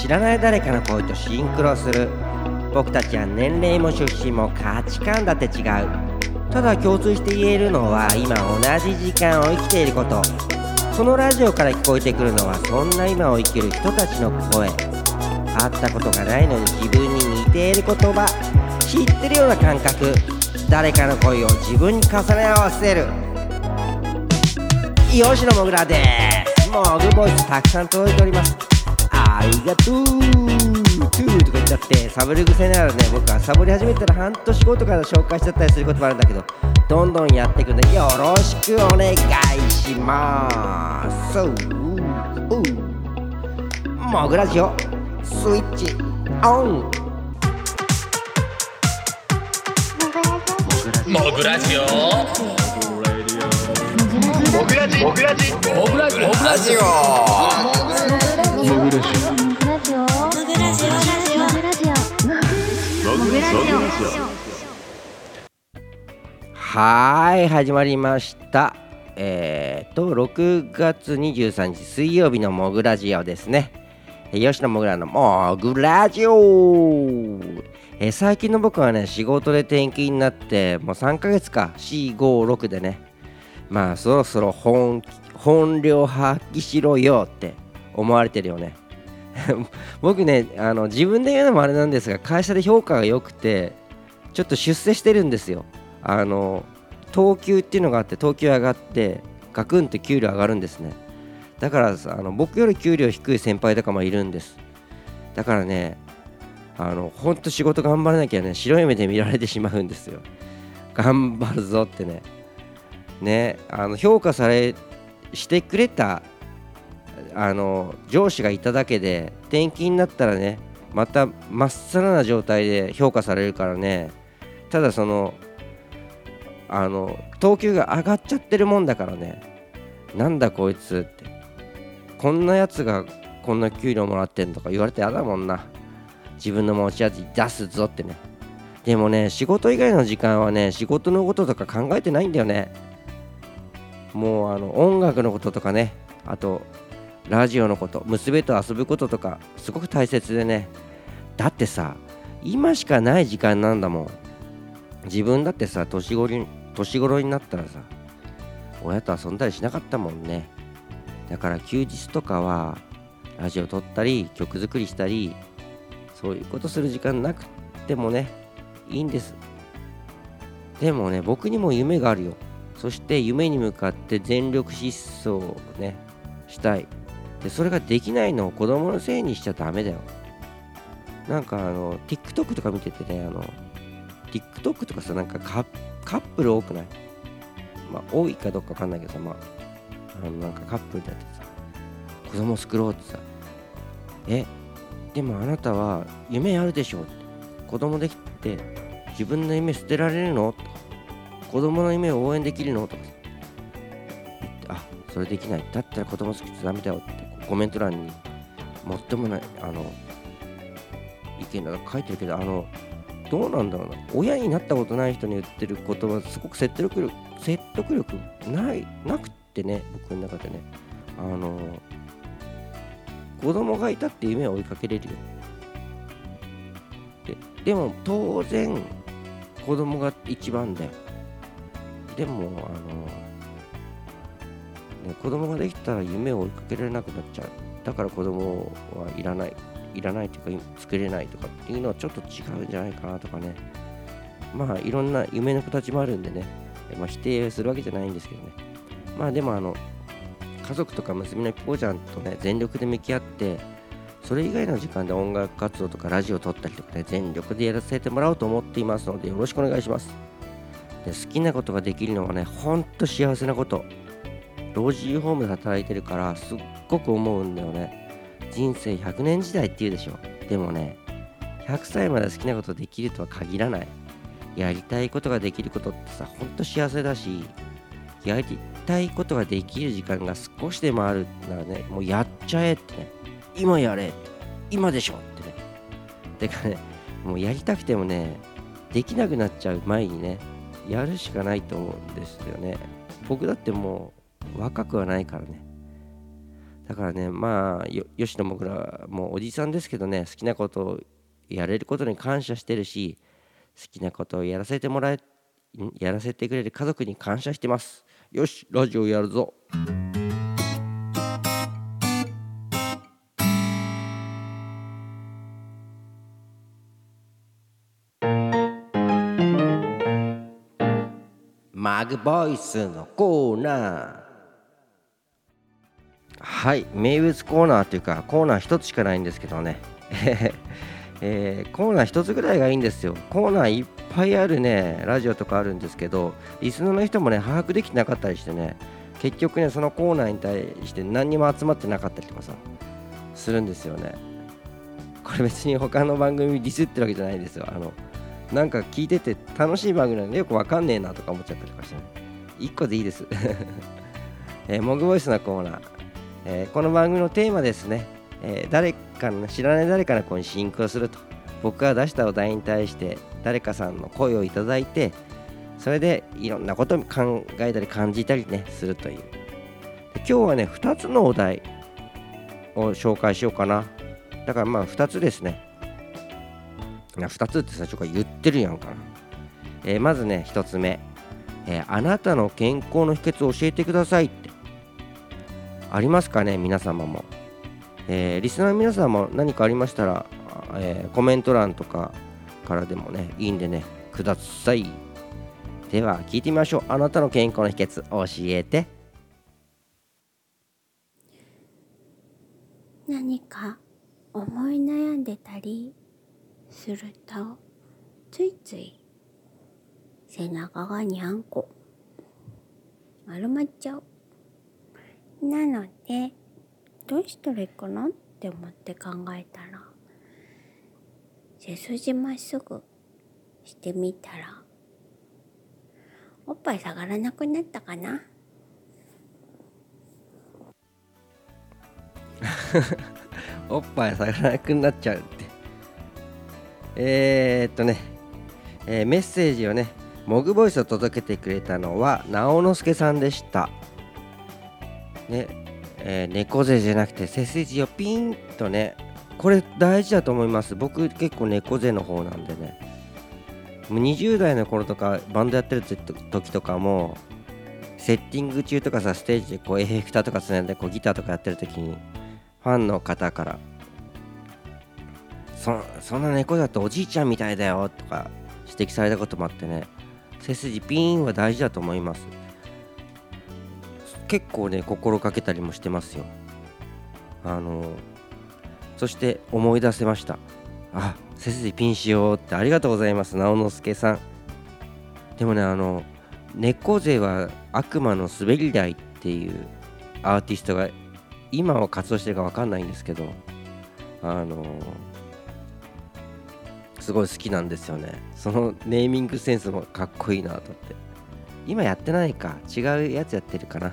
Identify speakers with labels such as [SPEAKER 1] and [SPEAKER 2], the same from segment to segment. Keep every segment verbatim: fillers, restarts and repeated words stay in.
[SPEAKER 1] 知らない誰かの声とシンクロする。僕たちは年齢も出身も価値観だって違う。ただ共通して言えるのは今同じ時間を生きていること。そのラジオから聞こえてくるのはそんな今を生きる人たちの声。会ったことがないのに自分に似ている言葉、知ってるような感覚、誰かの声を自分に重ね合わせる。吉野もぐらです。もぐボイスたくさん届いております。ありがとうトゥーとか言っちゃってサボり癖ならね、僕はサボり始めたら半年後とかで紹介しちゃったりすることもあるんだけど、どんどんやっていくんでよろしくお願いします。もぐラジオスイッチオン。
[SPEAKER 2] もぐラジオもぐラジもぐラジもぐラジもぐラジオ
[SPEAKER 1] はーい、始まりました。えーとろくがつにじゅうさんにち水曜日のもぐラジオですね。吉野もぐらのもぐラジオ。えー、最近の僕はね、仕事で転勤になってもうさんかげつか、よん、ご、ろくでね、まあそろそろ 本, 本領発揮しろよって思われてるよね。僕ね、あの自分で言うのもあれなんですが、会社で評価が良くてちょっと出世してるんですよ。あの等級っていうのがあって、等級上がってガクンって給料上がるんですね。だからさ、あの僕より給料低い先輩とかもいるんです。だからね、あのほんと仕事頑張らなきゃね、白い目で見られてしまうんですよ。頑張るぞってね。ね、あの評価されしてくれたあの上司がいただけで、転勤になったらね、またまっさらな状態で評価されるからね。ただそのあの等級が上がっちゃってるもんだからね、なんだこいつって、こんなやつがこんな給料もらってんとか言われてやだもんな。自分の持ち味出すぞってね。でもね、仕事以外の時間はね、仕事のこととか考えてないんだよね。もうあの音楽のこととかね、あとラジオのこと、娘と遊ぶこととかすごく大切でね。だってさ、今しかない時間なんだもん。自分だってさ、年頃に年頃になったらさ、親と遊んだりしなかったもんね。だから休日とかはラジオ撮ったり曲作りしたり、そういうことする時間なくてもね、いいんです。でもね、僕にも夢があるよ。そして夢に向かって全力疾走をねしたい。でそれができないのを子供のせいにしちゃダメだよ。なんかあの TikTok とか見ててね、あの TikTok とかさ、なんかカカップル多くない？まあ多いかどうかわかんないけどさ、まああのなんかカップルでやってさ、子供作ろうってさ、えでもあなたは夢あるでしょって、子供できて自分の夢捨てられるのとか、子供の夢を応援できるのとかさ、あ、それできない、だったら子供作っちゃダメだよってコメント欄にもっともないあの意見が書いてるけど、あのどうなんだろうな、親になったことない人に言ってる言葉すごく説得力説得力ないなくってね、僕の中でね、あの子供がいたって夢を追いかけれるよ。で、でも当然子供が一番だよ。でもあの、ね、子供ができたら夢を追いかけられなくなっちゃう。だから子供はいらないいらないというか作れないとかっていうのはちょっと違うんじゃないかなとかね。まあいろんな夢の形もあるんでね、まあ、否定するわけじゃないんですけどね。まあでもあの家族とか娘のピコちゃんとね全力で向き合って、それ以外の時間で音楽活動とかラジオを撮ったりとかね、全力でやらせてもらおうと思っていますので、よろしくお願いします。で好きなことができるのはね、ほんと幸せなこと。老人ホームで働いてるからすっごく思うんだよね。人生ひゃくねん時代って言うでしょ。でもね、ひゃくさいまで好きなことできるとは限らない。やりたいことができることってさ、ほんと幸せだし、やりたいことができる時間が少しでもあるならね、もうやっちゃえってね、今やれって、今でしょってね。てかね、もうやりたくてもね、できなくなっちゃう前にね、やるしかないと思うんですよね。僕だってもう若くはないからね。 だからね、まあよ吉野もぐらもうおじさんですけどね、好きなことをやれることに感謝してるし、好きなことをやらせてもらえんやらせてくれる家族に感謝してます。よし、ラジオやるぞ。マグボイスのコーナー。はい、名物コーナーというかコーナー一つしかないんですけどね、えーコーナー一つぐらいがいいんですよ。コーナーいっぱいあるねラジオとかあるんですけど、リスナーの人もね把握できてなかったりしてね、結局ねそのコーナーに対して何にも集まってなかったりとかさするんですよね。これ別に他の番組ディスってるわけじゃないんですよ。あのなんか聞いてて楽しい番組なんでよくわかんねえなとか思っちゃったりとかしてね、いっこでいいです、えー、モグボイスのコーナー、えーこの番組のテーマですね、えー誰かの知らない誰かの声にシンクロすると、僕が出したお題に対して誰かさんの声をいただいて、それでいろんなことを考えたり感じたりねするという。で今日はねふたつのお題を紹介しようかな。だからまあふたつですね。いやふたつって最初から言ってるやんかな。えーまずねひとつめ、えーあなたの健康の秘訣を教えてくださいってありますかね、皆様も。えーリスナーの皆さんも何かありましたら、えーコメント欄とかからでもねいいんでねください。では聞いてみましょう。あなたの健康の秘訣教えて。
[SPEAKER 3] 何か思い悩んでたりすると、ついつい背中がにゃんこ丸まっちゃう。なのでどうしたらいいかなって思って考えたら、背筋まっすぐしてみたらおっぱい下がらなくなったかな。
[SPEAKER 1] おっぱい下がらなくなっちゃうって。えー、っとね、えーメッセージをねモグボイスを届けてくれたのは直之助さんでしたね。えー猫背じゃなくて背筋をピンとね、これ大事だと思います。僕結構猫背の方なんでね、もうにじゅう代の頃とかバンドやってる時とかもセッティング中とかさ、ステージでこうエフェクターとかつないでこうギターとかやってる時にファンの方からそ, そんな猫だとおじいちゃんみたいだよとか指摘されたこともあってね、背筋ピーンは大事だと思います。結構ね心がけたりもしてますよ。あのー、そして思い出せました。あ、背筋ピンしようって。ありがとうございます、直之助さん。でもね、あの猫背は悪魔の滑り台っていうアーティストが今は活動してるか分かんないんですけど、あのー、すごい好きなんですよね。そのネーミングセンスもかっこいいなと思って。今やってないか、違うやつやってるかな。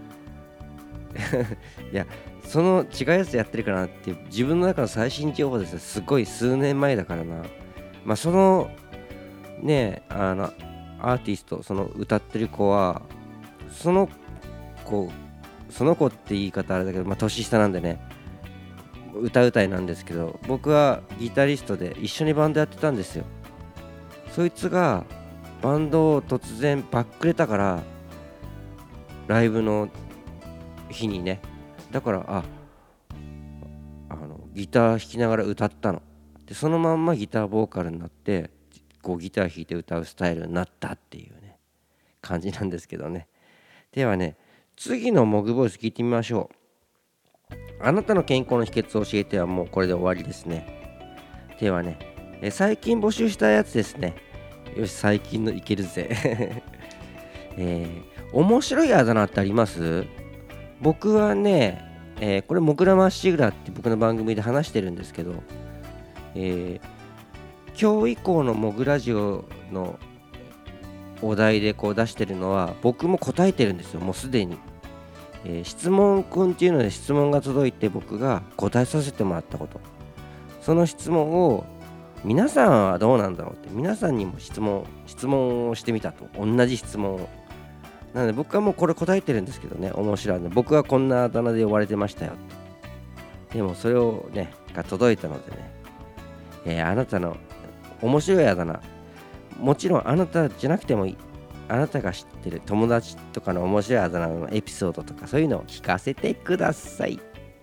[SPEAKER 1] いや、その違うやつやってるかなって自分の中の最新情報ですよ。すごい数年前だからな。まあそのねあのアーティスト、その歌ってる子はその子その子って言い方あれだけど、まあ年下なんでね歌うたいなんですけど、僕はギタリストで一緒にバンドやってたんですよ。そいつがバンドを突然バックれたから、ライブの日にね、だからああのギター弾きながら歌ったので、そのまんまギターボーカルになってこうギター弾いて歌うスタイルになったっていうね感じなんですけどね。ではね、次のモグボイス聞いてみましょう。あなたの健康の秘訣を教えてはもうこれで終わりですね。ではね、え最近募集したやつですね。よし、最近のいけるぜ、えー、面白いあだ名ってあります？僕はね、えー、これモグラマッシグラって僕の番組で話してるんですけど、えー、今日以降のモグラジオのお題でこう出してるのは僕も答えてるんですよ、もうすでに。えー、質問くんっていうので質問が届いて僕が答えさせてもらったこと、その質問を皆さんはどうなんだろうって、皆さんにも質問質問をしてみたと。同じ質問をなので僕はもうこれ答えてるんですけどね、面白いので、僕はこんなあだ名で呼ばれてましたよ。でもそれをねが届いたのでね、えー、あなたの面白いあだ名、もちろんあなたじゃなくてもいい、あなたが知ってる友達とかの面白いあだ名のエピソードとかそういうのを聞かせてください。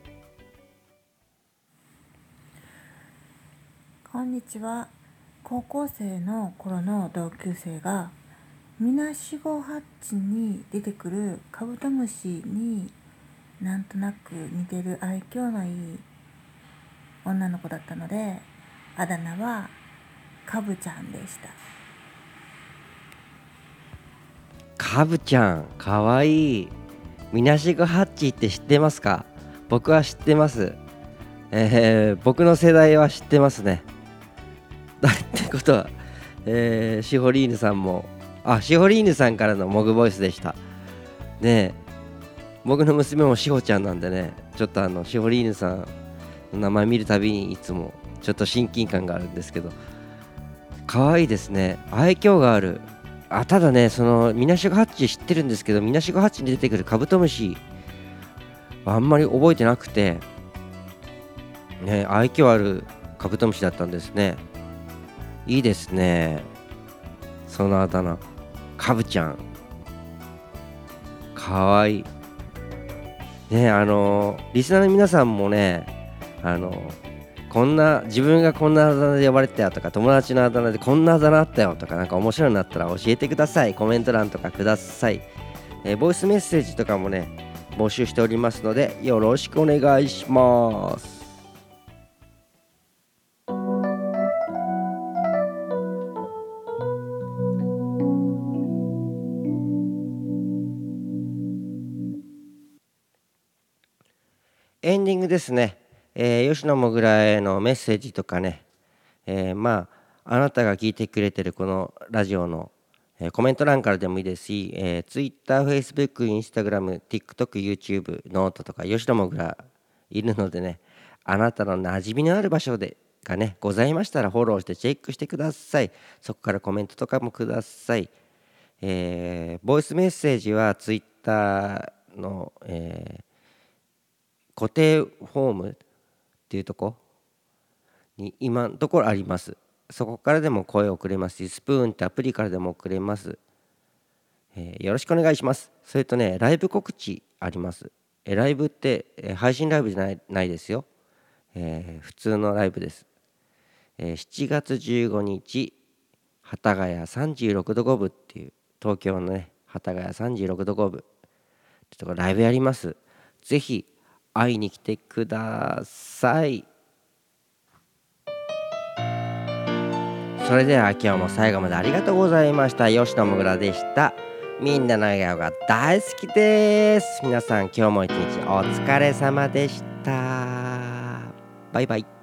[SPEAKER 4] こんにちは。高校生の頃の同級生がみなしごハッチに出てくるカブトムシになんとなく似てる愛嬌のいい女の子だったので、あだ名はカブちゃんでした。
[SPEAKER 1] カブちゃんかわいい。みなしごハッチって知ってますか？僕は知ってます。えー、僕の世代は知ってますね。ってことは、えー、シホリーヌさんも、あ、シホリーヌさんからのモグボイスでしたね。え僕の娘もシホちゃんなんでね、ちょっとあのシホリーヌさんの名前見るたびにいつもちょっと親近感があるんですけど、可愛いですね。愛嬌がある。あ、ただね、そのみなしごハッチ知ってるんですけど、みなしごハッチに出てくるカブトムシはあんまり覚えてなくてね、愛嬌あるカブトムシだったんですね。いいですね、そのあだ名。カブちゃんかわいいね。あのリスナーの皆さんもね、あのこんな自分がこんなあだ名で呼ばれてたよとか、友達のあだ名でこんなあだ名あったよとか、なんか面白いのあったら教えてください。コメント欄とかください。えーボイスメッセージとかもね募集しておりますので、よろしくお願いします。エンディングですね。えー、吉野もぐらへのメッセージとかね、えー、まああなたが聞いてくれてるこのラジオの、えーコメント欄からでもいいですし、えー、Twitter、Facebook、Instagram、TikTok、YouTube、ノートとか吉野もぐらいるのでね、あなたの馴染みのある場所でがねございましたらフォローしてチェックしてください。そこからコメントとかもください。えーボイスメッセージは Twitter の、えー固定フォームっていうとこに今のところあります。そこからでも声を送れますし、スプーンってアプリからでも送れます。えーよろしくお願いします。それとね、ライブ告知あります。えーライブって、えー配信ライブじゃない、ないですよ。えー普通のライブです。えーしちがつじゅうごにち、幡ヶ谷さんじゅうろくどごぶっていう、東京のね幡ヶ谷さんじゅうろくどごぶってとこライブやります。ぜひ会いに来てください。それでは今日も最後までありがとうございました。吉野もぐらでした。みんなの笑顔が大好きです。皆さん今日も一日お疲れ様でした。バイバイ。